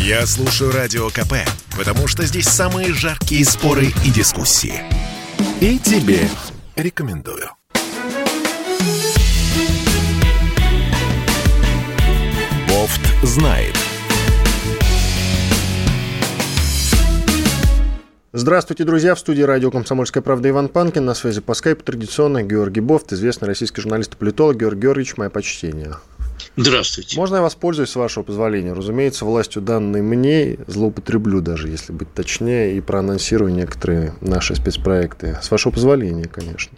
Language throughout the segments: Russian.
Я слушаю Радио КП, потому что здесь самые жаркие споры и дискуссии. И тебе рекомендую. Бофт знает. Здравствуйте, друзья! В студии радио «Комсомольская правда» Иван Панкин. На связи по скайпу традиционно Георгий Бофт, известный российский журналист и политолог. Георгий Георгиевич, мое почтение. Здравствуйте. Можно я воспользуюсь, с вашего позволения? Разумеется, властью данной мне, злоупотреблю даже, если быть точнее, и проанонсирую некоторые наши спецпроекты. С вашего позволения, конечно.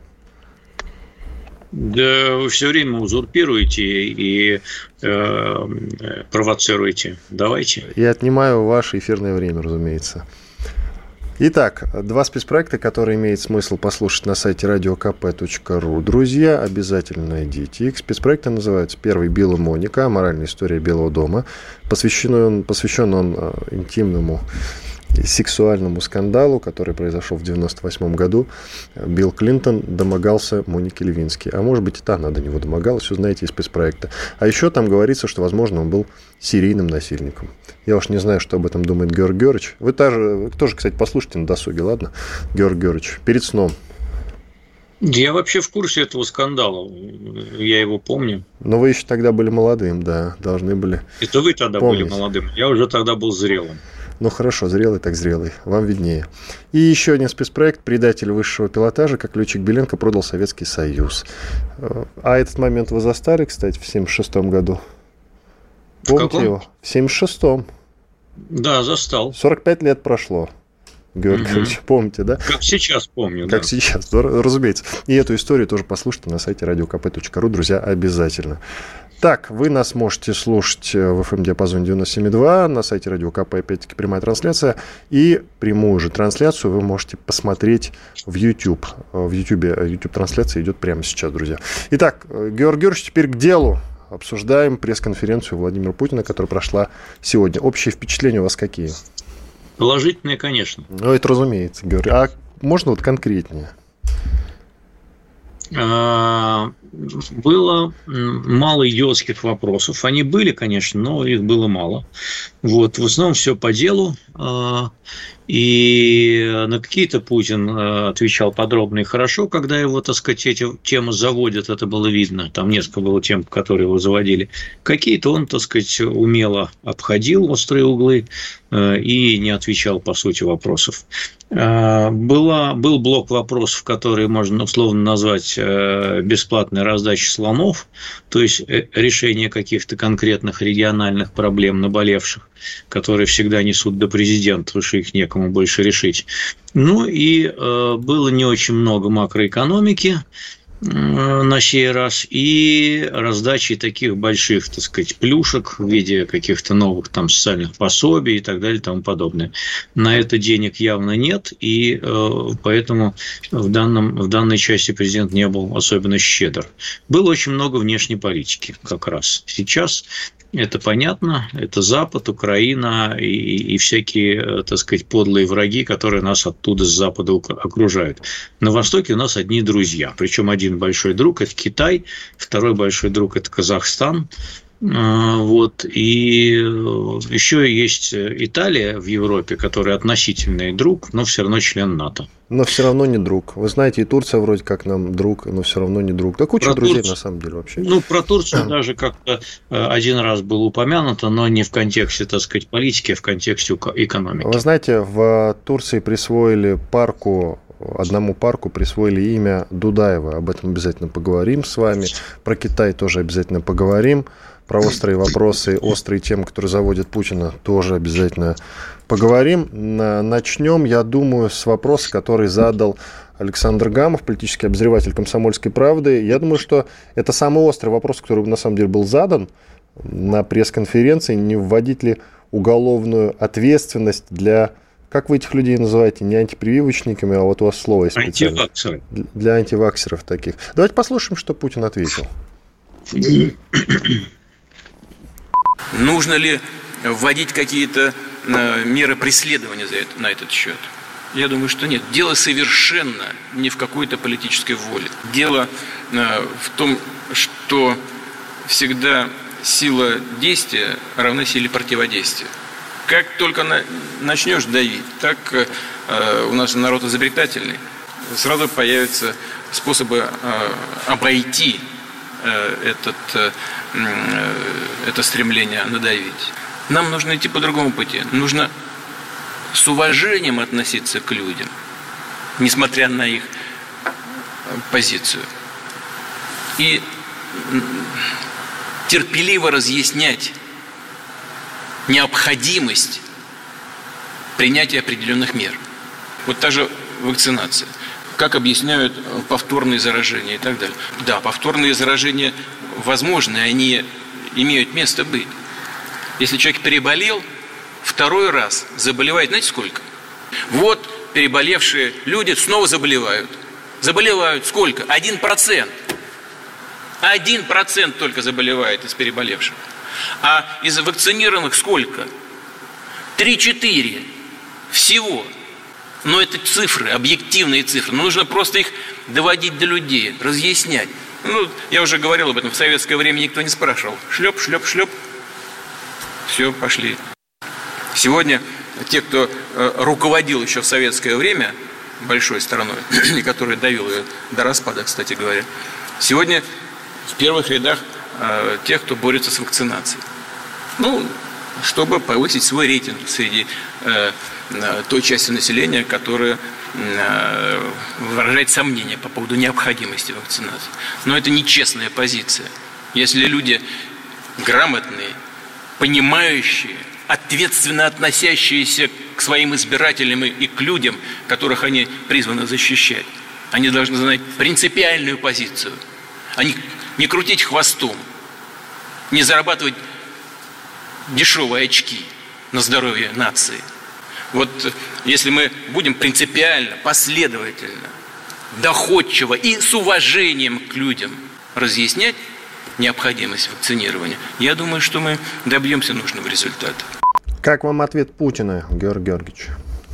Да вы все время узурпируете и провоцируете. Давайте. Я отнимаю ваше эфирное время, разумеется. Итак, два спецпроекта, которые имеет смысл послушать на сайте radiokp.ru. Друзья, обязательно найдите их. Спецпроекты называются «Первый Билл и Моника. Моральная история Белого дома». Посвящен он интимному сексуальному скандалу, который произошел в 1998 году. Билл Клинтон домогался Моники Левински. А может быть, это она до него домогалась, узнаете из спецпроекта. А еще там говорится, что, возможно, он был серийным насильником. Я уж не знаю, что об этом думает Георгий Георгиевич. Вы тоже, кстати, послушайте на досуге, ладно? Георгий Георгиевич, перед сном. Я вообще в курсе этого скандала. Я его помню. Но вы еще тогда были молодым, да, должны были. Это вы тогда помнить. Были молодым. Я уже тогда был зрелым. Ну хорошо, зрелый так зрелый, вам виднее. И еще один спецпроект «Предатель высшего пилотажа. Как летчик Беленко продал Советский Союз». А этот момент вы застали, кстати, в 1976 году? Помните его? В 1976. Да, застал. 45 лет прошло. Георгий Георгиевич, помните, да? Как сейчас помню. Как сейчас, разумеется. И эту историю тоже послушайте на сайте radiokp.ru, друзья, обязательно. Так, вы нас можете слушать в FM-диапазоне 97,2, на сайте Радио КП, опять-таки, прямая трансляция, и прямую же трансляцию вы можете посмотреть в YouTube. В YouTube-трансляция идет прямо сейчас, друзья. Итак, Георгий Георгиевич, теперь к делу. Обсуждаем пресс-конференцию Владимира Путина, которая прошла сегодня. Общие впечатления у вас какие? Положительные, конечно. Ну, это разумеется, Георгий. А можно вот конкретнее? Было мало идиотских вопросов. Они были, конечно, но их было мало. Вот. В основном все по делу. И на какие-то Путин отвечал подробно и хорошо, когда его, так сказать, эти темы заводят, это было видно. Там несколько было тем, которые его заводили. Какие-то он, так сказать, умело обходил острые углы и не отвечал по сути вопросов. Был блок вопросов, которые можно условно назвать бесплатной раздачей слонов, то есть решение каких-то конкретных региональных проблем наболевших, которые всегда несут до президента, потому что их некому больше решить. Ну и было не очень много макроэкономики на сей раз и раздачи таких больших, так сказать, плюшек в виде каких-то новых там социальных пособий и так далее и тому подобное. На это денег явно нет, и поэтому в данной части президент не был особенно щедр. Было очень много внешней политики как раз. Сейчас это понятно, это Запад, Украина и всякие, так сказать, подлые враги, которые нас оттуда с Запада окружают. На Востоке у нас одни друзья, причем один большой друг – это Китай, второй большой друг – это Казахстан. Вот. И еще есть Италия в Европе, которая относительный друг, но все равно член НАТО. Но все равно не друг. Вы знаете, и Турция вроде как нам друг, но все равно не друг. Да куча друзей на самом деле вообще. Ну, про Турцию даже как-то один раз было упомянуто, но не в контексте, так сказать, политики, а в контексте экономики. Вы знаете, в Турции присвоили одному парку присвоили имя Дудаева. Об этом обязательно поговорим с вами. Про Китай тоже обязательно поговорим. Про острые вопросы, острые темы, которые заводят Путина, тоже обязательно поговорим. Начнем, я думаю, с вопроса, который задал Александр Гамов, политический обозреватель «Комсомольской правды». Я думаю, что это самый острый вопрос, который на самом деле был задан на пресс-конференции. Не вводить ли уголовную ответственность для... Как вы этих людей называете? Не антипрививочниками, а вот у вас слово есть специально. Антиваксеры. Для антиваксеров таких. Давайте послушаем, что Путин ответил. Нужно ли вводить какие-то меры преследования на этот счет? Я думаю, что нет. Дело совершенно не в какой-то политической воле. Дело в том, что всегда сила действия равна силе противодействия. Как только начнешь давить, так у нас народ изобретательный, сразу появятся способы обойти это стремление надавить. Нам нужно идти по другому пути. Нужно с уважением относиться к людям, несмотря на их позицию. И терпеливо разъяснять необходимость принятия определенных мер. Вот та же вакцинация. Как объясняют повторные заражения и так далее. Да, повторные заражения возможны, они имеют место быть. Если человек переболел, второй раз заболевает, знаете сколько? Вот переболевшие люди снова заболевают. Заболевают сколько? 1%. 1% только заболевает из переболевших. А из вакцинированных сколько? 3-4 всего. Но это цифры, объективные цифры. Но нужно просто их доводить до людей, разъяснять. Я уже говорил об этом, в советское время никто не спрашивал. Шлеп, шлеп, шлеп. Все, пошли. Сегодня те, кто руководил еще в советское время большой страной, и который довел ее до распада, кстати говоря, сегодня в первых рядах тех, кто борется с вакцинацией. Чтобы повысить свой рейтинг среди той части населения, которая выражает сомнения по поводу необходимости вакцинации. Но это нечестная позиция. Если люди грамотные, понимающие, ответственно относящиеся к своим избирателям и к людям, которых они призваны защищать, они должны знать принципиальную позицию, а не крутить хвостом, не зарабатывать дешевые очки на здоровье нации. Вот если мы будем принципиально, последовательно, доходчиво и с уважением к людям разъяснять необходимость вакцинирования, я думаю, что мы добьемся нужного результата. Как вам ответ Путина, Георгий Георгиевич?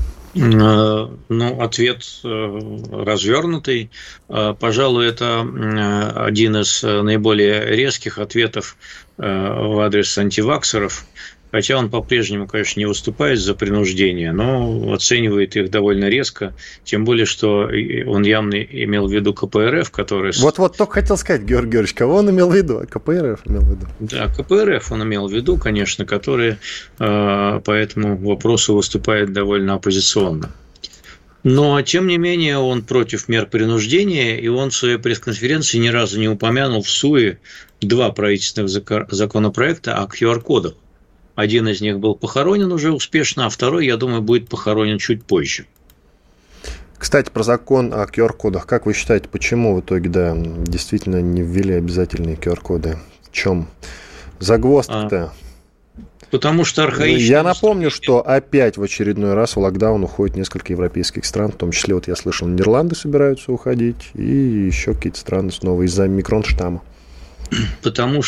Ответ развернутый. Пожалуй, это один из наиболее резких ответов в адрес антиваксеров. Хотя он по-прежнему, конечно, не выступает за принуждение, но оценивает их довольно резко. Тем более, что он явно имел в виду КПРФ, который... Вот только хотел сказать, Георгий Георгиевич, кого он имел в виду? КПРФ имел в виду. Да, КПРФ он имел в виду, конечно, которые по этому вопросу выступает довольно оппозиционно. Но, тем не менее, он против мер принуждения, и он в своей пресс-конференции ни разу не упомянул в СУЕ 2 правительственных законопроекта о QR-кодах. Один из них был похоронен уже успешно, а второй, я думаю, будет похоронен чуть позже. Кстати, про закон о QR-кодах. Как вы считаете, почему в итоге, действительно не ввели обязательные QR-коды? В чем загвоздка-то? Потому что архаично. Я напомню, что опять в очередной раз в локдаун уходит несколько европейских стран, в том числе, я слышал, Нидерланды собираются уходить, и еще какие-то страны снова из-за микрон-штамма. Потому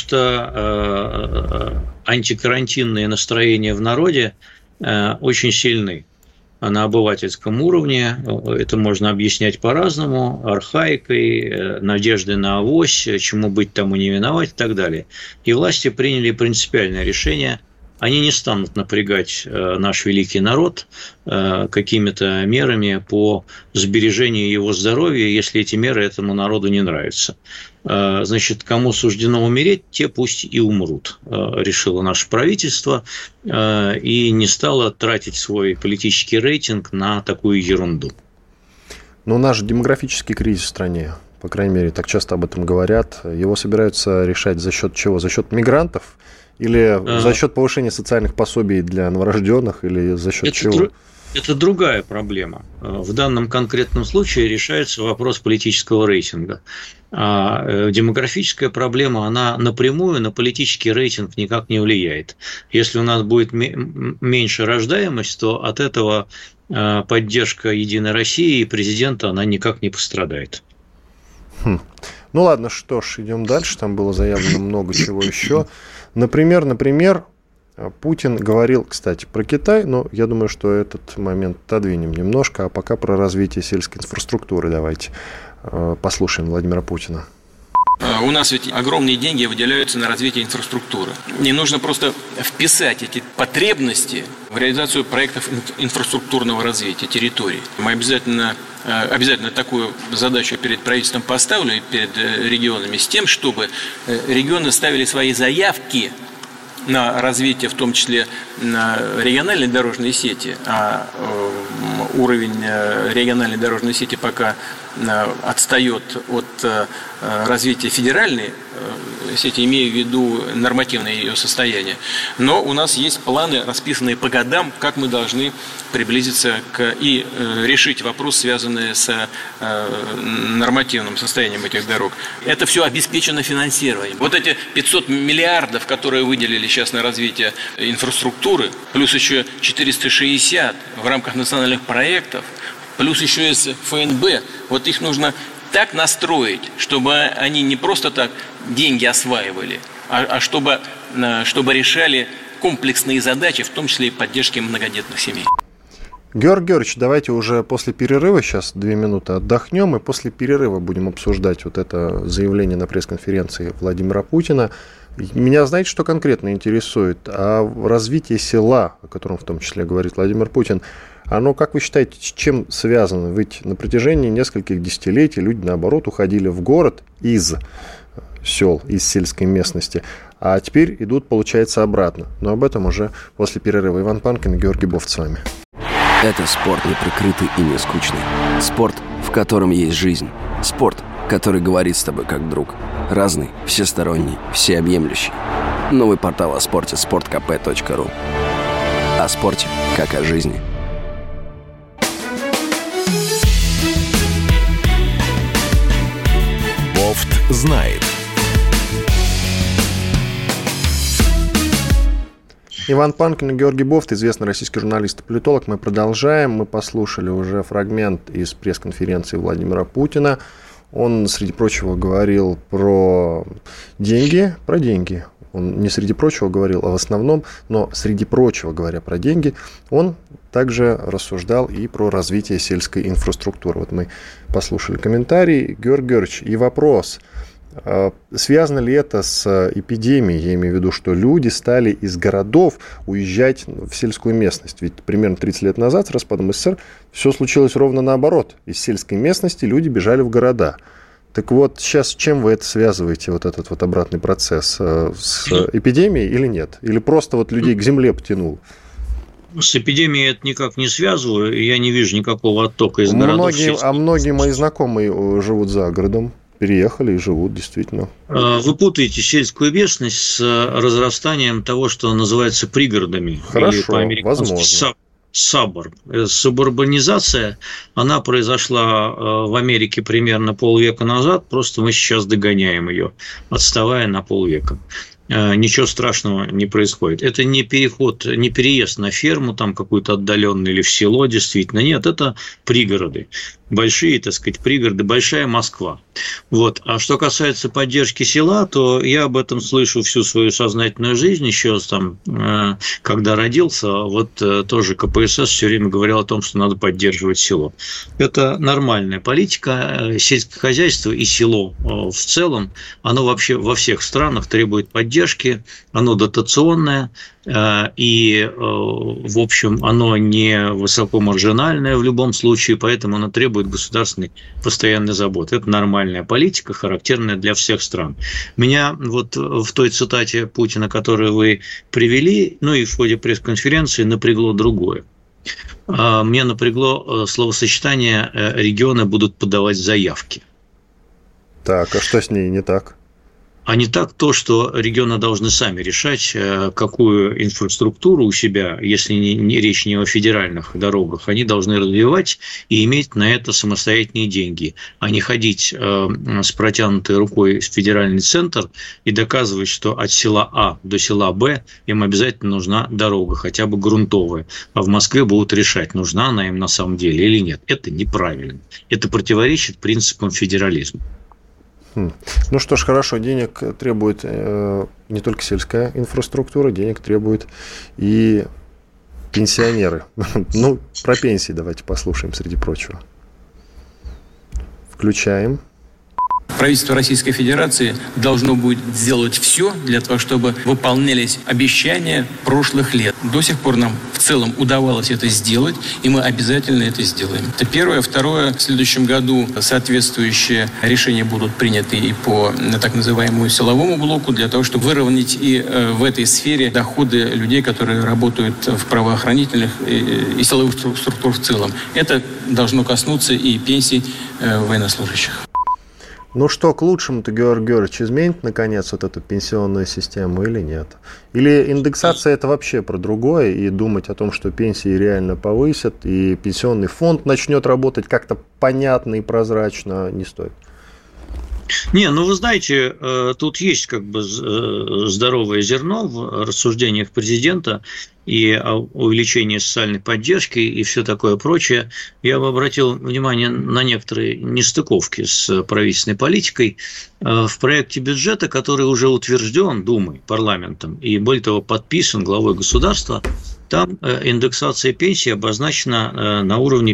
что антикарантинные настроения в народе очень сильны. На обывательском уровне это можно объяснять по-разному, архаикой, надеждой на авось, чему быть тому не виноват и так далее. И власти приняли принципиальное решение. Они не станут напрягать наш великий народ какими-то мерами по сбережению его здоровья, если эти меры этому народу не нравятся. Значит, кому суждено умереть, те пусть и умрут, решило наше правительство, и не стало тратить свой политический рейтинг на такую ерунду. Но наш демографический кризис в стране, по крайней мере, так часто об этом говорят, его собираются решать за счет чего? За счет мигрантов? Или за счет повышения социальных пособий для новорожденных, или за счет чего? Это другая проблема. В данном конкретном случае решается вопрос политического рейтинга. А демографическая проблема, она напрямую на политический рейтинг никак не влияет. Если у нас будет меньше рождаемость, то от этого поддержка «Единой России» и президента, она никак не пострадает. Ну ладно, что ж, идем дальше. Там было заявлено много чего еще. Например, Путин говорил, кстати, про Китай, но я думаю, что этот момент отодвинем немножко, а пока про развитие сельской инфраструктуры давайте послушаем Владимира Путина. У нас ведь огромные деньги выделяются на развитие инфраструктуры. И нужно просто вписать эти потребности в реализацию проектов инфраструктурного развития территорий. Мы обязательно такую задачу перед правительством поставили, и перед регионами, с тем, чтобы регионы ставили свои заявки на развитие, в том числе на региональной дорожной сети, а уровень региональной дорожной сети пока отстает от развития федеральной сети, имея в виду нормативное ее состояние. Но у нас есть планы, расписанные по годам, как мы должны приблизиться и решить вопрос, связанный с нормативным состоянием этих дорог. Это все обеспечено финансированием. Вот эти 500 миллиардов, которые выделили сейчас на развитие инфраструктуры, плюс еще 460 в рамках национальных проектов, плюс еще из ФНБ, вот их нужно так настроить, чтобы они не просто так деньги осваивали, а чтобы решали комплексные задачи, в том числе и поддержки многодетных семей. Георгий Георгиевич, давайте уже после перерыва, сейчас 2 минуты отдохнем, и после перерыва будем обсуждать вот это заявление на пресс-конференции Владимира Путина. Меня, знаете, что конкретно интересует? А развитие села, о котором в том числе говорит Владимир Путин, оно, как вы считаете, с чем связано? Ведь на протяжении нескольких десятилетий люди, наоборот, уходили в город из сел, из сельской местности, а теперь идут, получается, обратно. Но об этом уже после перерыва. Иван Панкин и Георгий Бофт с вами. Это спорт неприкрытый и не скучный. Спорт, в котором есть жизнь. Спорт, который говорит с тобой как друг. Разный, всесторонний, всеобъемлющий. Новый портал о спорте – sportkp.ru. О спорте, как о жизни. Бофт знает. Иван Панкин и Георгий Бофт, известный российский журналист и политолог. Мы продолжаем. Мы послушали уже фрагмент из пресс-конференции Владимира Путина. Он, среди прочего, говорил про деньги. Он не среди прочего говорил, а в основном, но среди прочего, говоря про деньги, он также рассуждал и про развитие сельской инфраструктуры. Вот мы послушали комментарий. Георгий Георгиевич, и вопрос. Связано ли это с эпидемией? Я имею в виду, что люди стали из городов уезжать в сельскую местность. Ведь примерно 30 лет назад с распадом СССР все случилось ровно наоборот. Из сельской местности люди бежали в города. Так вот, сейчас с чем вы это связываете, вот этот вот обратный процесс? С эпидемией или нет? Или просто вот людей к земле потянул? С эпидемией это никак не связываю, и я не вижу никакого оттока из городов. Многие мои знакомые живут за городом. Переехали и живут, действительно. Вы путаете сельскую местность с разрастанием того, что называется пригородами. Хорошо, или по-американски возможно. Саборб. Субурбанизация, она произошла в Америке примерно полвека назад, просто мы сейчас догоняем ее, отставая на полвека. Ничего страшного не происходит. Это не переход, не переезд на ферму, там какую-то отдаленную или в село, действительно. Нет, это пригороды. Большие, так сказать, пригороды, большая Москва. Вот. А что касается поддержки села, то я об этом слышу всю свою сознательную жизнь. Еще там, когда родился, вот тоже КПСС все время говорил о том, что надо поддерживать село. Это нормальная политика. Сельское хозяйство и село в целом, оно вообще во всех странах требует поддержки, оно дотационное. И, в общем, оно не высокомаржинальное в любом случае, поэтому оно требует государственной постоянной заботы. Это нормальная политика, характерная для всех стран. Меня вот в той цитате Путина, которую вы привели, ну и в ходе пресс-конференции, напрягло другое. Мне напрягло словосочетание «регионы будут подавать заявки». Так, а что с ней не так? А не так то, что регионы должны сами решать, какую инфраструктуру у себя, если речь не о федеральных дорогах, они должны развивать и иметь на это самостоятельные деньги, а не ходить с протянутой рукой в федеральный центр и доказывать, что от села А до села Б им обязательно нужна дорога, хотя бы грунтовая, а в Москве будут решать, нужна она им на самом деле или нет. Это неправильно. Это противоречит принципам федерализма. Ну что ж, хорошо, денег требует не только сельская инфраструктура, денег требуют и пенсионеры. Ну, про пенсии давайте послушаем, среди прочего. Включаем. Правительство Российской Федерации должно будет сделать все для того, чтобы выполнялись обещания прошлых лет. До сих пор нам в целом удавалось это сделать, и мы обязательно это сделаем. Это первое. Второе, в следующем году соответствующие решения будут приняты и по так называемому силовому блоку, для того, чтобы выровнять и в этой сфере доходы людей, которые работают в правоохранительных и силовых структурах в целом. Это должно коснуться и пенсий военнослужащих. Ну что, к лучшему-то, Георгий Георгиевич, изменит, наконец, вот эту пенсионную систему или нет? Или индексация – это вообще про другое, и думать о том, что пенсии реально повысят, и пенсионный фонд начнет работать как-то понятно и прозрачно, не стоит? Не, ну вы знаете, тут есть как бы здоровое зерно в рассуждениях президента и о увеличении социальной поддержки и все такое прочее. Я бы обратил внимание на некоторые нестыковки с правительственной политикой. В проекте бюджета, который уже утвержден Думой, парламентом, и более того подписан главой государства, там индексация пенсии обозначена на уровне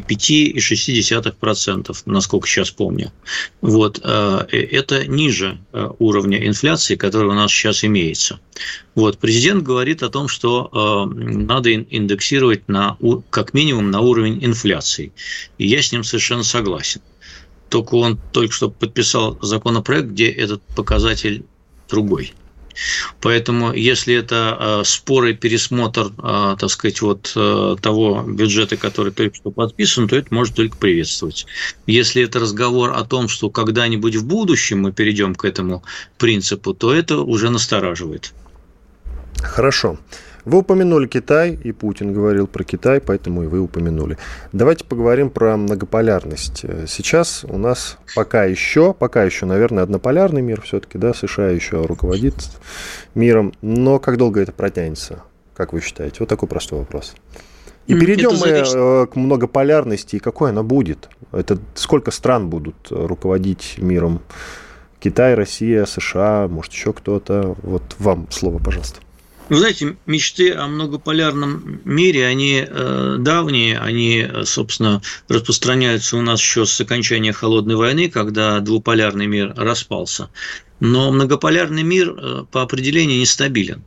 5,6%, насколько сейчас помню. Вот. Это ниже уровня инфляции, который у нас сейчас имеется. Вот. Президент говорит о том, что надо индексировать как минимум на уровень инфляции. И я с ним совершенно согласен. Только он только что подписал законопроект, где этот показатель другой. Поэтому, если это спорый пересмотр, так сказать, вот того бюджета, который только что подписан, то это можно только приветствовать. Если это разговор о том, что когда-нибудь в будущем мы перейдем к этому принципу, то это уже настораживает. Хорошо. Вы упомянули Китай, и Путин говорил про Китай, поэтому и вы упомянули. Давайте поговорим про многополярность. Сейчас у нас пока еще, наверное, однополярный мир все-таки, да, США еще руководит миром, но как долго это протянется, как вы считаете? Вот такой простой вопрос. И перейдем мы к многополярности, и какой она будет? Это сколько стран будут руководить миром? Китай, Россия, США, может, еще кто-то? Вот вам слово, пожалуйста. Вы знаете, мечты о многополярном мире, они давние, они, собственно, распространяются у нас еще с окончания Холодной войны, когда двуполярный мир распался. Но многополярный мир по определению нестабилен.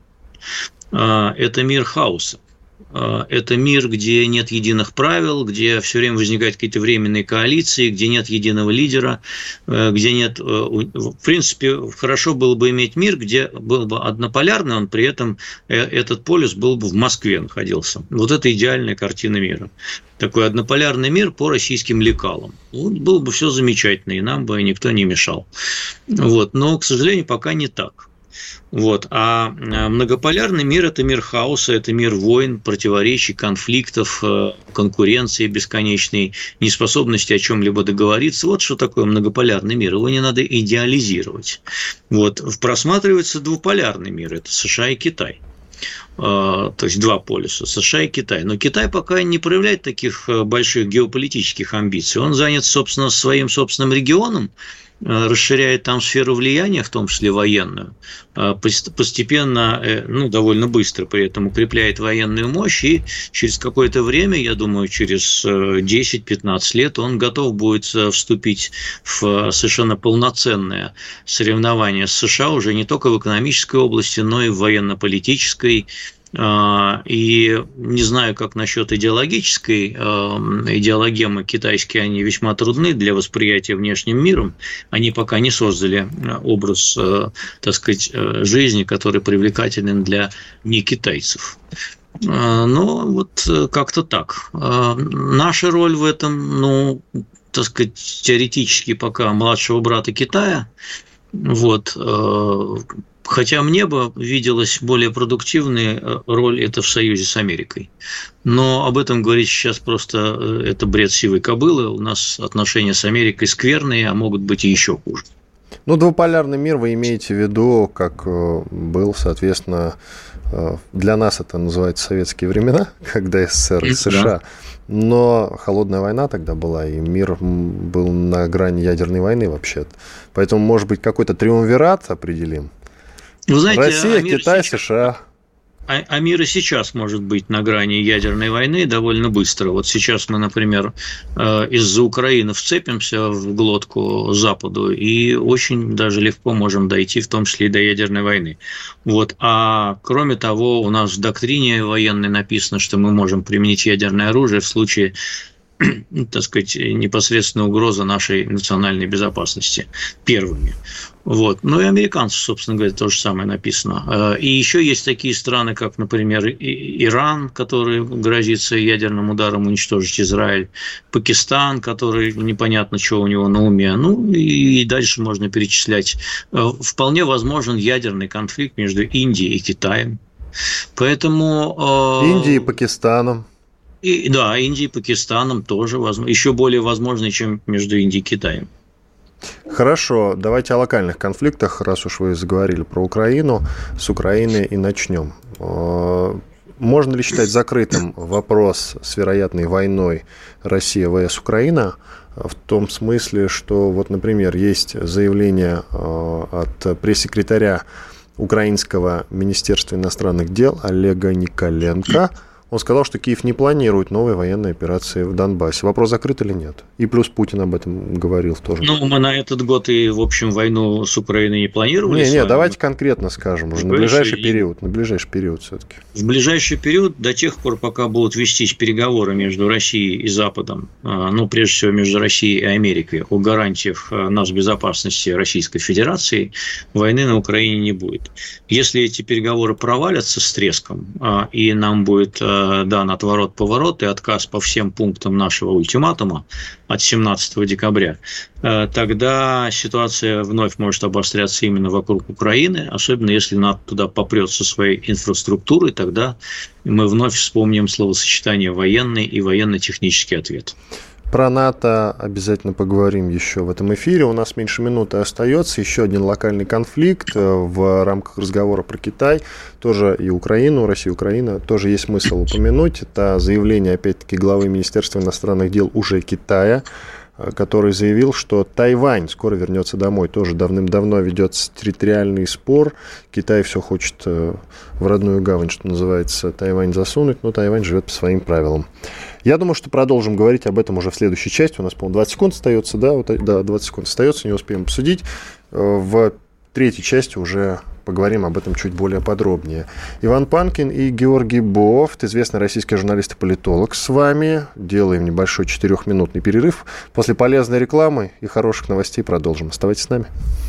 Это мир хаоса. Это мир, где нет единых правил, где все время возникают какие-то временные коалиции, где нет единого лидера, где нет... В принципе, хорошо было бы иметь мир, где был бы однополярный, он при этом этот полюс был бы в Москве находился. Вот это идеальная картина мира. Такой однополярный мир по российским лекалам. Вот, было бы все замечательно, и нам бы никто не мешал. Вот. Но, к сожалению, пока не так. Вот. А многополярный мир – это мир хаоса, это мир войн, противоречий, конфликтов, конкуренции бесконечной, неспособности о чем-либо договориться. Вот что такое многополярный мир. Его не надо идеализировать. Вот. Просматривается двуполярный мир – это США и Китай. То есть два полюса – США и Китай. Но Китай пока не проявляет таких больших геополитических амбиций. Он занят, собственно, своим собственным регионом, расширяет там сферу влияния, в том числе военную, постепенно, довольно быстро при этом укрепляет военную мощь, и через какое-то время, я думаю, через 10-15 лет он готов будет вступить в совершенно полноценное соревнование с США уже не только в экономической области, но и в военно-политической. И не знаю, как насчет идеологической, идеологемы китайские, они весьма трудны для восприятия внешним миром, они пока не создали образ, так сказать, жизни, который привлекателен для некитайцев. Но вот как-то так. Наша роль в этом, так сказать, теоретически пока младшего брата Китая, вот. Хотя мне бы виделась более продуктивная роль это в союзе с Америкой. Но об этом говорить сейчас просто это бред сивой кобылы. У нас отношения с Америкой скверные, а могут быть и еще хуже. Двуполярный мир вы имеете в виду, как был, соответственно, для нас это называется советские времена, когда СССР и США. Да. Но холодная война тогда была, и мир был на грани ядерной войны вообще-то. Поэтому, может быть, какой-то триумвират определим? Вы знаете, Россия, Китай, США. А мир и сейчас может быть на грани ядерной войны довольно быстро. Вот сейчас мы, например, из-за Украины вцепимся в глотку Западу и очень даже легко можем дойти, в том числе и до ядерной войны. Вот. А кроме того, у нас в доктрине военной написано, что мы можем применить ядерное оружие в случае, так сказать, непосредственной угрозы нашей национальной безопасности первыми. Вот. Ну и американцы, собственно говоря, то же самое написано. И еще есть такие страны, как, например, Иран, который грозится ядерным ударом уничтожить Израиль, Пакистан, который непонятно, что у него на уме. Ну и дальше можно перечислять. Вполне возможен ядерный конфликт между Индией и Китаем. Поэтому... Индией и Пакистаном. Да, Индией и Пакистаном тоже возможно, еще более возможно, чем между Индией и Китаем. Хорошо, давайте о локальных конфликтах, раз уж вы заговорили про Украину, с Украины и начнем. Можно ли считать закрытым вопрос с вероятной войной Россия vs. Украина в том смысле, что, вот, например, есть заявление от пресс-секретаря Украинского министерства иностранных дел Олега Николенко. Он сказал, что Киев не планирует новой военной операции в Донбассе. Вопрос, закрыт или нет? И плюс Путин об этом говорил тоже. Ну, мы на этот год и, в общем, войну с Украиной не планировали. Не, давайте конкретно скажем уже на ближайший период. На ближайший период все-таки. В ближайший период, до тех пор, пока будут вестись переговоры между Россией и Западом, ну, прежде всего, между Россией и Америкой, о гарантиях нас безопасности Российской Федерации, войны на Украине не будет. Если эти переговоры провалятся с треском, и нам будет дан отворот-поворот и отказ по всем пунктам нашего ультиматума от 17 декабря, тогда ситуация вновь может обостряться именно вокруг Украины, особенно если НАТО туда попрет со своей инфраструктурой, тогда мы вновь вспомним словосочетание «военный» и «военно-технический ответ». Про НАТО обязательно поговорим еще в этом эфире. У нас меньше минуты остается. Еще один локальный конфликт в рамках разговора про Китай. Тоже и Украину, Россия, Украина. Тоже есть смысл упомянуть. Это заявление, опять-таки, главы Министерства иностранных дел уже Китая, который заявил, что Тайвань скоро вернется домой. Тоже давным-давно ведется территориальный спор. Китай все хочет в родную гавань, что называется, Тайвань засунуть, но Тайвань живет по своим правилам. Я думаю, что продолжим говорить об этом уже в следующей части. У нас, по-моему, 20 секунд остается, да? 20 секунд остается, не успеем обсудить. В третьей части уже поговорим об этом чуть более подробнее. Иван Панкин и Георгий Бофт, известный российский журналист и политолог, с вами. Делаем небольшой 4-минутный перерыв. После полезной рекламы и хороших новостей продолжим. Оставайтесь с нами.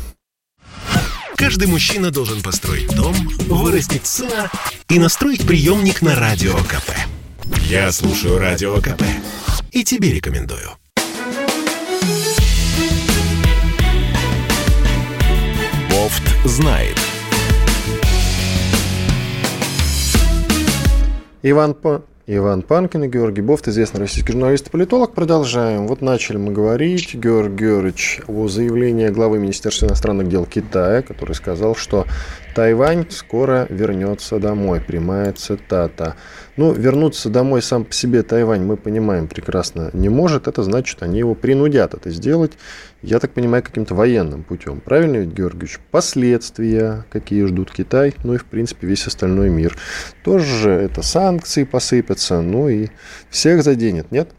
Каждый мужчина должен построить дом, вырастить сына и настроить приемник на Радио КП. Я слушаю Радио КП и тебе рекомендую. Бофт знает. Иван Панкин и Георгий Бофт, известный российский журналист и политолог. Продолжаем. Вот начали мы говорить, Георгий Георгиевич, о заявлении главы Министерства иностранных дел Китая, который сказал, что Тайвань скоро вернется домой. Прямая цитата. Ну, вернуться домой сам по себе Тайвань, мы понимаем, прекрасно не может. Это значит, они его принудят это сделать, я так понимаю, каким-то военным путем. Правильно ведь, Георгий Георгиевич? Последствия, какие ждут Китай, ну и, в принципе, весь остальной мир. Тоже это санкции посыпятся, ну и всех заденет, нет?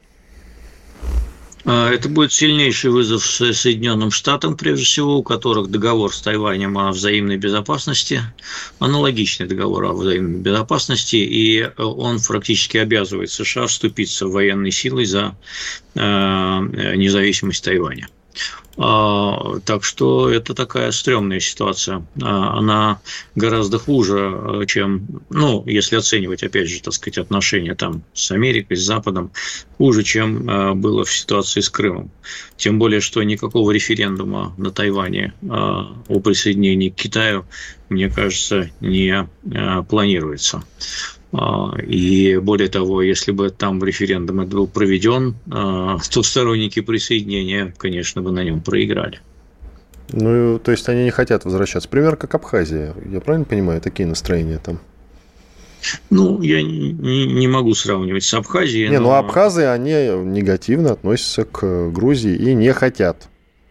Это будет сильнейший вызов Соединенным Штатам, прежде всего, у которых договор с Тайванем о взаимной безопасности, аналогичный договор о взаимной безопасности, и он практически обязывает США вступиться в военной силой за независимость Тайваня. Так что это такая стрёмная ситуация. Она гораздо хуже, чем, ну, если оценивать, опять же, так сказать, отношения там с Америкой, с Западом, хуже, чем было в ситуации с Крымом. Тем более, что никакого референдума на Тайване о присоединении к Китаю, мне кажется, не планируется. И более того, если бы там референдум был проведен, то сторонники присоединения, конечно, бы на нем проиграли. Ну, то есть они не хотят возвращаться. Пример как Абхазия. Я правильно понимаю, такие настроения там? Ну, я не могу сравнивать с Абхазией. Ну абхазы, они негативно относятся к Грузии и не хотят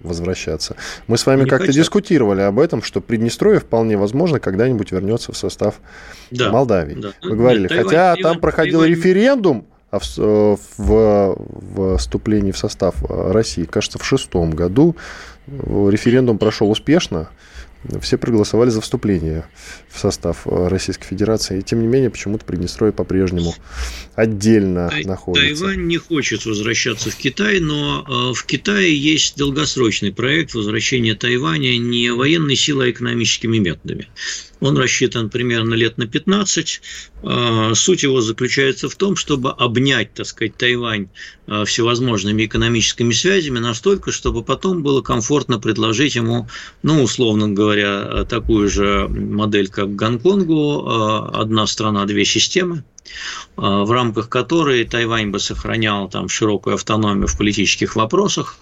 возвращаться. Мы с вами как-то дискутировали об этом, что Приднестровье вполне возможно когда-нибудь вернется в состав Молдавии. Да. Мы говорили, хотя там проходил референдум о вступлении в состав России, кажется, в 2006 году. Референдум прошел успешно. Все проголосовали за вступление в состав Российской Федерации. И, тем не менее, почему-то Приднестровье по-прежнему отдельно находится. Тайвань не хочет возвращаться в Китай, но в Китае есть долгосрочный проект возвращения Тайваня не военной силой, а экономическими методами. Он рассчитан примерно лет на 15. Суть его заключается в том, чтобы обнять, так сказать, Тайвань всевозможными экономическими связями настолько, чтобы потом было комфортно предложить ему, ну, условно говоря, такую же модель, как в Гонконгу, одна страна, две системы, в рамках которой Тайвань бы сохранял там широкую автономию в политических вопросах,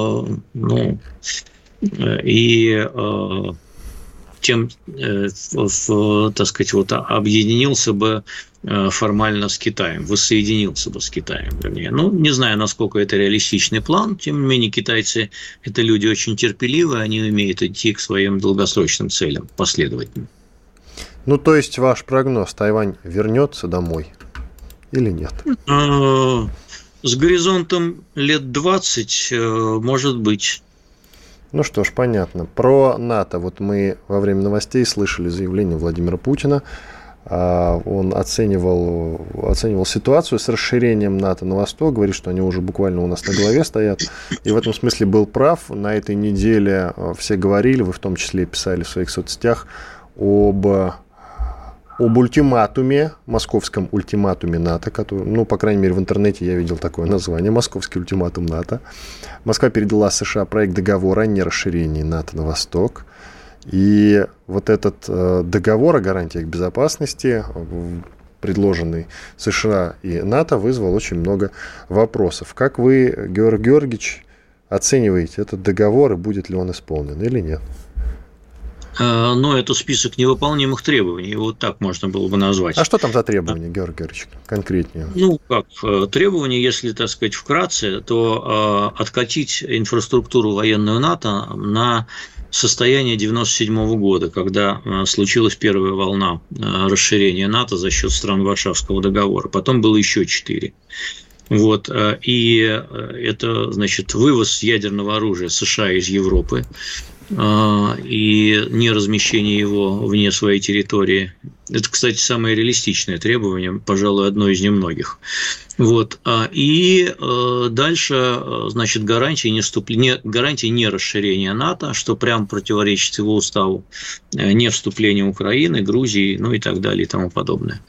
тем, так сказать, вот объединился бы формально с Китаем, воссоединился бы с Китаем, вернее. Ну, не знаю, насколько это реалистичный план, тем не менее, китайцы – это люди очень терпеливые, они умеют идти к своим долгосрочным целям последовательно. Ну, то есть, ваш прогноз, Тайвань вернется домой или нет? С горизонтом лет 20, может быть. Ну что ж, понятно. Про НАТО. Вот мы во время новостей слышали заявление Владимира Путина. Он оценивал ситуацию с расширением НАТО на восток, говорит, что они уже буквально у нас на голове стоят. И в этом смысле был прав. На этой неделе все говорили, вы в том числе писали в своих соцсетях, об ультиматуме, московском ультиматуме НАТО, который, ну, по крайней мере, в интернете я видел такое название, московский ультиматум НАТО. Москва передала США проект договора о нерасширении НАТО на восток. И вот этот договор о гарантиях безопасности, предложенный США и НАТО, вызвал очень много вопросов. Как вы, Георгий Георгиевич, оцениваете этот договор и будет ли он исполнен или нет? Но это список невыполнимых требований, вот так можно было бы назвать. А что там за требования, Георгий Георгиевич, конкретнее? Ну, как требования, если, так сказать, вкратце, то откатить инфраструктуру военную НАТО на состояние 1997 года, когда случилась первая волна расширения НАТО за счет стран Варшавского договора. Потом было еще 4. Вот, и это, значит, вывоз ядерного оружия США из Европы и не размещение его вне своей территории. Это, кстати, самое реалистичное требование, пожалуй, одно из немногих. Вот. И дальше, значит, гарантии не расширения НАТО, что прямо противоречит его уставу, не вступления Украины, Грузии, ну и так далее и тому подобное.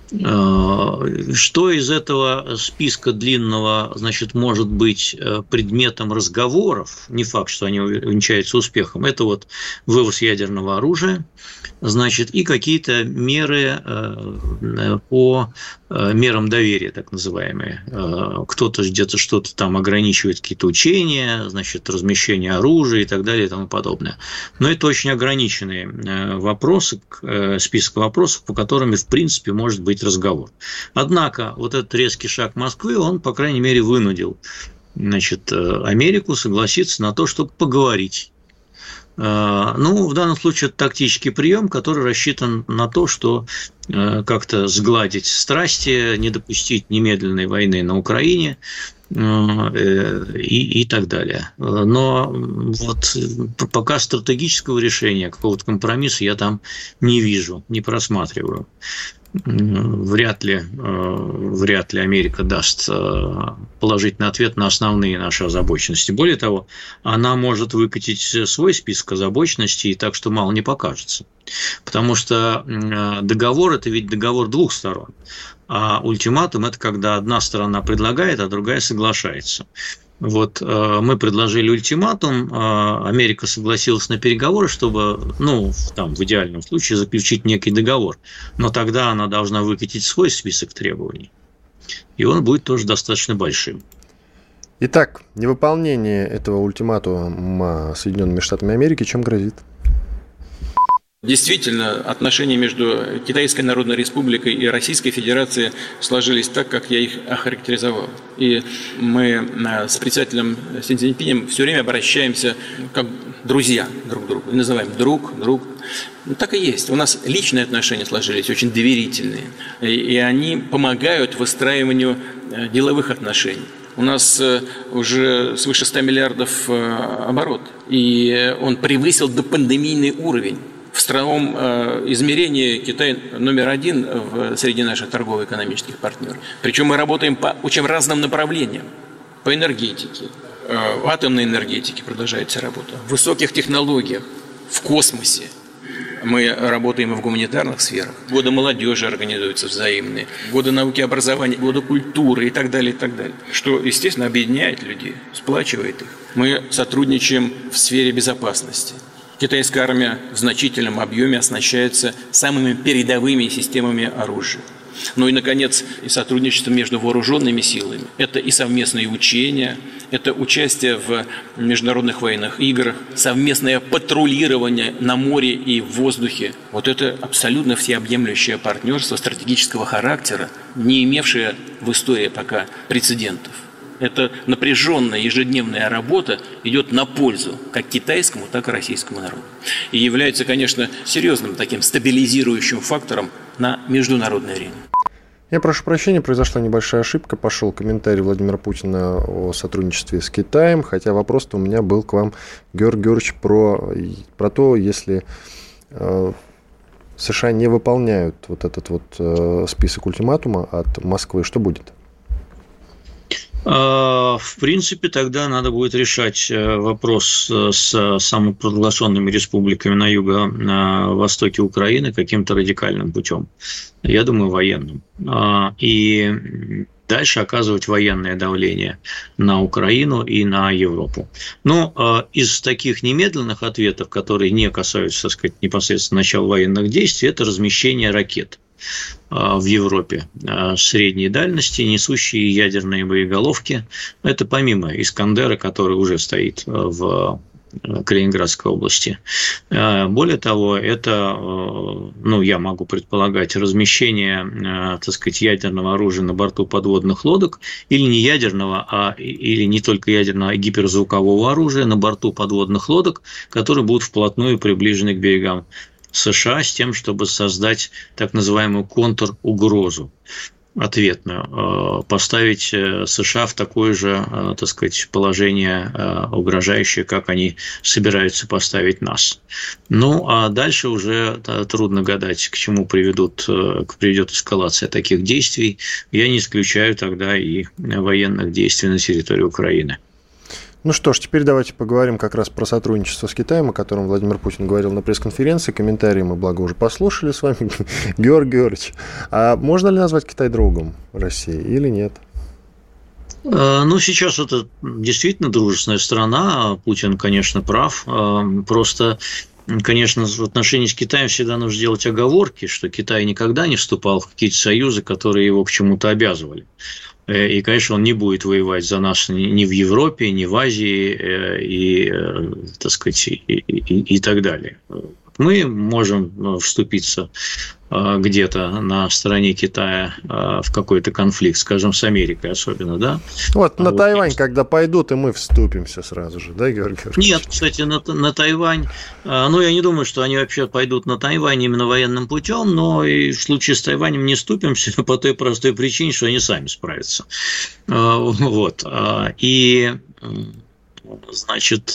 Что из этого списка длинного, значит, может быть предметом разговоров, не факт, что они увенчаются успехом, это вот вывоз ядерного оружия, значит, и какие-то меры по мерам доверия, так называемые. Кто-то где-то что-то там ограничивает, какие-то учения, значит, размещение оружия и так далее и тому подобное. Но это очень ограниченные вопросы, список вопросов, по которым, в принципе, может быть разговор. Однако вот этот резкий шаг Москвы, он, по крайней мере, вынудил, значит, Америку согласиться на то, чтобы поговорить. Ну, в данном случае это тактический прием, который рассчитан на то, что как-то сгладить страсти, не допустить немедленной войны на Украине и так далее. Но вот пока стратегического решения, какого-то компромисса я там не вижу, не просматриваю. Вряд ли Америка даст положительный ответ на основные наши озабоченности. Более того, она может выкатить свой список озабоченностей, так что мало не покажется. Потому что договор – это ведь договор двух сторон. А ультиматум – это когда одна сторона предлагает, а другая соглашается. Вот мы предложили ультиматум, Америка согласилась на переговоры, чтобы, ну, там, в идеальном случае заключить некий договор. Но тогда она должна выкатить свой список требований. И он будет тоже достаточно большим. Итак, невыполнение этого ультиматума Соединенными Штатами Америки чем грозит? Действительно, отношения между Китайской Народной Республикой и Российской Федерацией сложились так, как я их охарактеризовал. И мы с председателем Си Цзиньпинем все время обращаемся как друзья друг к другу. И называем друг. Ну, так и есть. У нас личные отношения сложились, очень доверительные. И они помогают выстраиванию деловых отношений. У нас уже свыше 100 миллиардов оборот. И он превысил допандемийный уровень. В страновом измерении Китай номер один среди наших торгово-экономических партнеров. Причем мы работаем по очень разным направлениям. По энергетике, в атомной энергетике продолжается работа, в высоких технологиях, в космосе. Мы работаем и в гуманитарных сферах. Годы молодежи организуются взаимные, годы науки и образования, годы культуры и так далее, и так далее. Что, естественно, объединяет людей, сплачивает их. Мы сотрудничаем в сфере безопасности. Китайская армия в значительном объеме оснащается самыми передовыми системами оружия. Ну и, наконец, и сотрудничество между вооруженными силами. Это и совместные учения, это участие в международных военных играх, совместное патрулирование на море и в воздухе. Вот это абсолютно всеобъемлющее партнерство стратегического характера, не имевшее в истории пока прецедентов. Эта напряженная ежедневная работа идет на пользу как китайскому, так и российскому народу. И является, конечно, серьезным таким стабилизирующим фактором на международной арене. Я прошу прощения, произошла небольшая ошибка. Пошел комментарий Владимира Путина о сотрудничестве с Китаем, хотя вопрос-то у меня был к вам, Георгий Георгиевич, про то, если США не выполняют вот этот вот список ультиматума от Москвы, что будет? В принципе, тогда надо будет решать вопрос с самопровозглашенными республиками на юго-востоке Украины каким-то радикальным путем. Я думаю, военным. И дальше оказывать военное давление на Украину и на Европу. Но из таких немедленных ответов, которые не касаются, так сказать, непосредственно начала военных действий, это размещение ракет в Европе средней дальности, несущие ядерные боеголовки. Это помимо «Искандера», который уже стоит в Калининградской области. Более того, это, я могу предполагать, размещение, так сказать, ядерного оружия на борту подводных лодок, или не ядерного, или не только ядерного, а гиперзвукового оружия на борту подводных лодок, которые будут вплотную приближены к берегам США с тем, чтобы создать так называемую контругрозу ответную, поставить США в такое же, так сказать, положение угрожающее, как они собираются поставить нас. Ну, а дальше уже трудно гадать, к чему приведет эскалация таких действий. Я не исключаю тогда и военных действий на территории Украины. Ну что ж, теперь давайте поговорим как раз про сотрудничество с Китаем, о котором Владимир Путин говорил на пресс-конференции. Комментарии мы, благо, уже послушали с вами. Георгий Георгиевич, а можно ли назвать Китай другом России или нет? Ну, сейчас это действительно дружественная страна. Путин, конечно, прав. Просто, конечно, в отношении с Китаем всегда нужно делать оговорки, что Китай никогда не вступал в какие-то союзы, которые его к чему-то обязывали. И, конечно, он не будет воевать за нас ни в Европе, ни в Азии, и, так сказать, и так далее. Мы можем вступиться где-то на стороне Китая в какой-то конфликт, скажем, с Америкой особенно, да? Вот на Тайвань, когда пойдут, и мы вступимся сразу же, да, Георгий Георгиевич? Нет, кстати, на Тайвань, я не думаю, что они вообще пойдут на Тайвань именно военным путем, но и в случае с Тайванем не вступимся по той простой причине, что они сами справятся. Вот. И... Значит,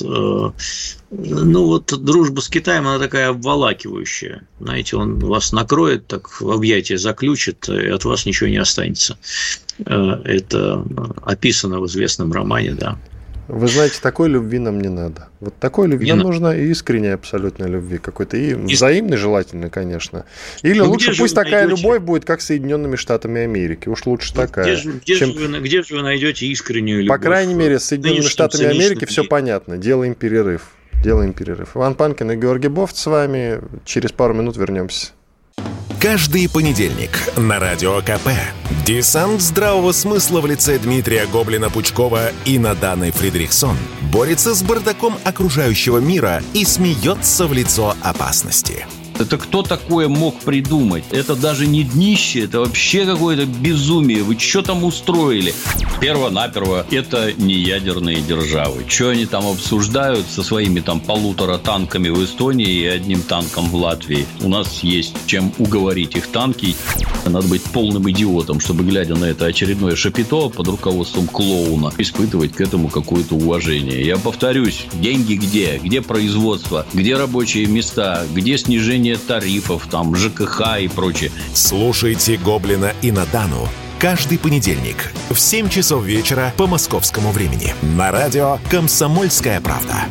дружба с Китаем, она такая обволакивающая. Знаете, он вас накроет, так в объятия заключит, и от вас ничего не останется. Это описано в известном романе, да. Вы знаете, такой любви нам не надо. Вот такой любви нам нужна искренняя абсолютная любви какой-то. И взаимной желательно, конечно. Или лучше пусть такая любовь будет, как с Соединенными Штатами Америки. Уж лучше такая. Где же вы найдете искреннюю любовь? По крайней мере, с Соединенными Штатами Америки все понятно. Делаем перерыв. Иван Панкин и Георгий Бофт с вами. Через пару минут вернемся. Каждый понедельник на Радио КП десант здравого смысла в лице Дмитрия Гоблина-Пучкова и Наданы Фридрихсон борется с бардаком окружающего мира и смеется в лицо опасности. Это кто такое мог придумать? Это даже не днище, это вообще какое-то безумие. Вы что там устроили? Перво-наперво, это не ядерные державы. Что они там обсуждают со своими там 1,5 танками в Эстонии и 1 танком в Латвии? У нас есть чем уговорить их танки. Надо быть полным идиотом, чтобы, глядя на это очередное шапито под руководством клоуна, испытывать к этому какое-то уважение. Я повторюсь, деньги где? Где производство? Где рабочие места? Где снижение тарифов, там, ЖКХ и прочее? Слушайте «Гоблина» и Надану каждый понедельник в 7 часов вечера по московскому времени на радио «Комсомольская правда».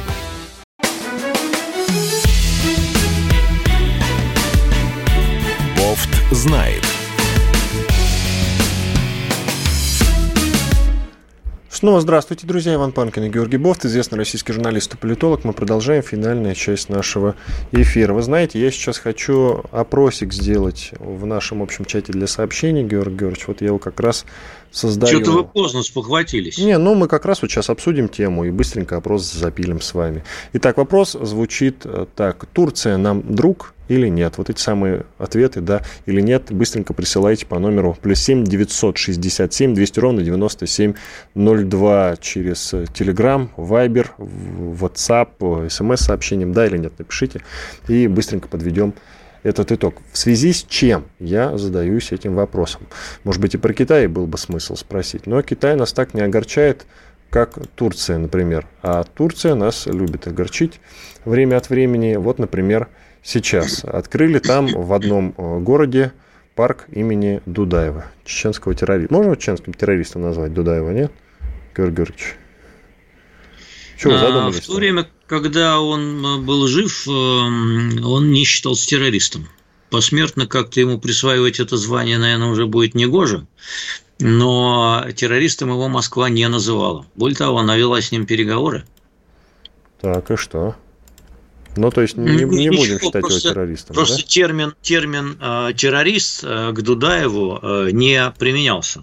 Бофт знает. Снова здравствуйте, друзья. Иван Панкин и Георгий Бофт, известный российский журналист и политолог. Мы продолжаем финальную часть нашего эфира. Вы знаете, я сейчас хочу опросик сделать в нашем общем чате для сообщений, Георгий Георгиевич. Вот я его как раз создаю. Что-то вы поздно спохватились. Мы как раз вот сейчас обсудим тему и быстренько опрос запилим с вами. Итак, вопрос звучит так. Турция нам друг или нет? Вот эти самые ответы, да или нет, быстренько присылайте по номеру +7 967 200 ровно 9702 через Telegram, Viber, WhatsApp, смс-сообщением, да или нет, напишите, и быстренько подведем этот итог. В связи с чем я задаюсь этим вопросом? Может быть, и про Китай был бы смысл спросить, но Китай нас так не огорчает, как Турция, например. А Турция нас любит огорчить время от времени. Вот, например, сейчас открыли там в одном городе парк имени Дудаева, чеченского террориста. Можно чеченским террористом назвать Дудаева, нет, Георгий Георгиевич? Чего вы задумались? В то время, когда он был жив, он не считался террористом. Посмертно как-то ему присваивать это звание, наверное, уже будет негоже. Но террористом его Москва не называла. Более того, она вела с ним переговоры. Так, и что? Ну, то есть, не будем считать его террористом. Просто да? термин террорист к Дудаеву не применялся.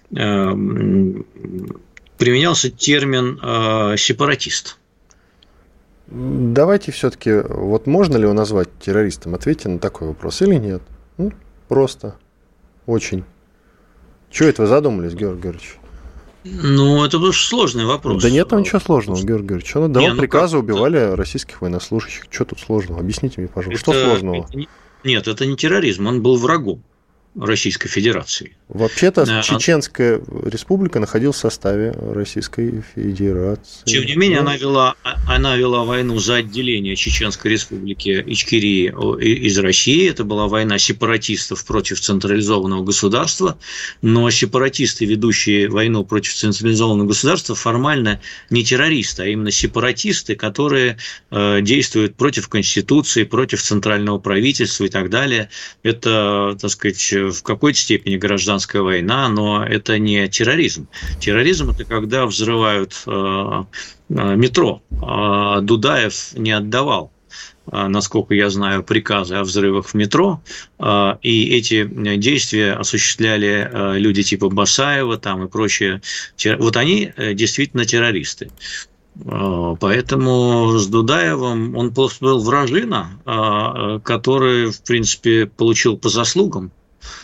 Применялся термин сепаратист. Давайте все-таки, вот можно ли его назвать террористом? Ответьте на такой вопрос или нет? Просто. Очень. Чего это вы задумались, Георгий Георгиевич? Это был сложный вопрос. Да нет там ничего сложного, Георгий Георгиевич. Он отдавал приказы, убивали российских военнослужащих. Что тут сложного? Объясните мне, пожалуйста, что сложного? Нет, это не терроризм, он был врагом Российской Федерации. Вообще-то Чеченская республика находилась в составе Российской Федерации. Тем не менее, она вела войну за отделение Чеченской республики Ичкерии из России. Это была война сепаратистов против централизованного государства. Но сепаратисты, ведущие войну против централизованного государства, формально не террористы, а именно сепаратисты, которые действуют против Конституции, против центрального правительства и так далее. Это, так сказать, в какой-то степени гражданская война, но это не терроризм. Терроризм – это когда взрывают метро. Дудаев не отдавал, насколько я знаю, приказы о взрывах в метро, и эти действия осуществляли люди типа Басаева там, и прочие. Вот они действительно террористы. Поэтому с Дудаевым он просто был вражина, который, в принципе, получил по заслугам.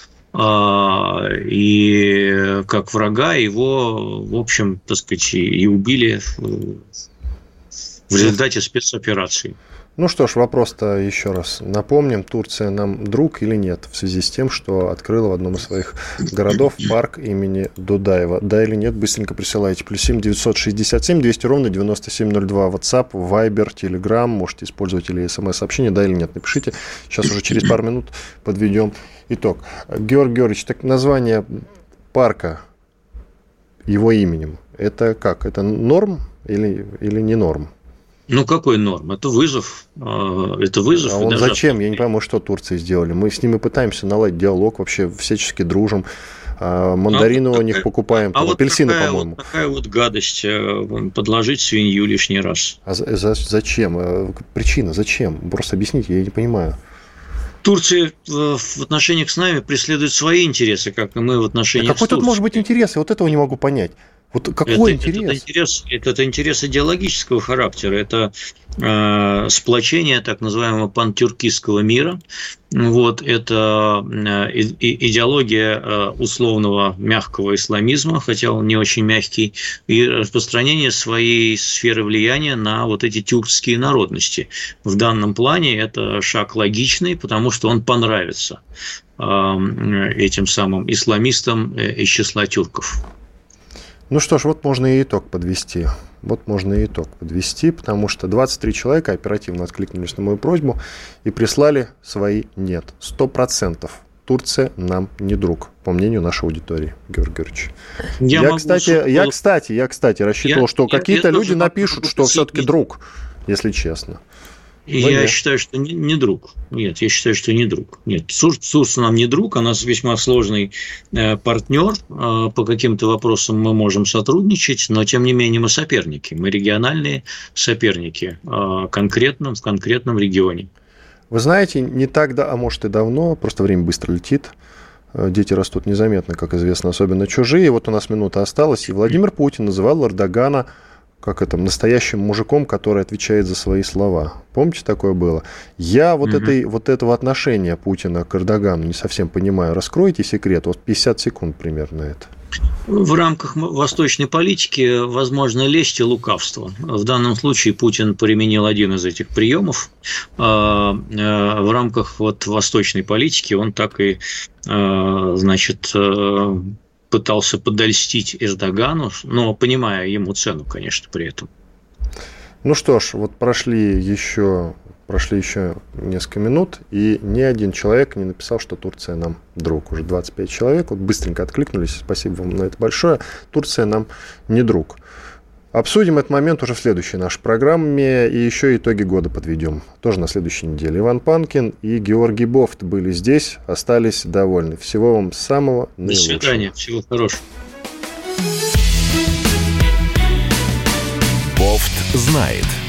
И как врага его, в общем, так сказать, и убили в результате спецоперации. Ну что ж, вопрос-то еще раз напомним. Турция нам друг или нет в связи с тем, что открыла в одном из своих городов парк имени Дудаева? Да или нет, быстренько присылайте. +7 967 200 ровно 9702. WhatsApp, Viber, Telegram. Можете использовать или смс-сообщение. Да или нет, напишите. Сейчас уже через пару минут подведем итог. Георгий Георгиевич, так название парка его именем, это как? Это норм или не норм? Какой норм? Это вызов. Это вызов. А он зачем? Я не понимаю, что Турции сделали. Мы с ними пытаемся наладить диалог, вообще всячески дружим. Мандарины у них покупаем, апельсины, по-моему. Вот такая вот гадость, подложить свинью лишний раз. А зачем? Причина зачем? Просто объясните, я не понимаю. Турция в отношениях с нами преследует свои интересы, как и мы в отношениях с Турцией. Какой тут может быть интерес? Я вот этого не могу понять. Вот какой интерес? Это интерес идеологического характера, это сплочение так называемого пантюркистского мира, вот, это идеология условного мягкого исламизма, хотя он не очень мягкий, и распространение своей сферы влияния на вот эти тюркские народности. В данном плане это шаг логичный, потому что он понравится этим самым исламистам из числа тюрков. Ну что ж, вот можно и итог подвести. Потому что 23 человека оперативно откликнулись на мою просьбу и прислали свои «нет». 100%. Турция нам не друг, по мнению нашей аудитории, Георгий Георгиевич. Я, кстати, рассчитывал, что какие-то люди напишут, что все-таки друг, если честно. Я считаю, что не друг. Нет, я считаю, что не друг. Нет, Турция нам не друг, она весьма сложный партнер. По каким-то вопросам мы можем сотрудничать, но, тем не менее, мы соперники. Мы региональные соперники в конкретном регионе. Вы знаете, не так, а может и давно, просто время быстро летит. Дети растут незаметно, как известно, особенно чужие. Вот у нас минута осталась, и Владимир Путин называл Эрдогана настоящим мужиком, который отвечает за свои слова. Помните, такое было? Я этого отношения Путина к Эрдогану не совсем понимаю. Раскройте секрет. 50 секунд примерно это. В рамках восточной политики возможно лесть и лукавство. В данном случае Путин применил один из этих приемов. В рамках восточной политики он так и, пытался подольстить Эрдогану, но понимая ему цену, конечно, при этом. Ну что ж, прошли еще несколько минут, и ни один человек не написал, что Турция нам друг. Уже 25 человек быстренько откликнулись. Спасибо вам на это большое. Турция нам не друг. Обсудим этот момент уже в следующей нашей программе, и еще итоги года подведем. Тоже на следующей неделе. Иван Панкин и Георгий Бофт были здесь, остались довольны. Всего вам самого наилучшего. До свидания, всего хорошего. Бофт знает.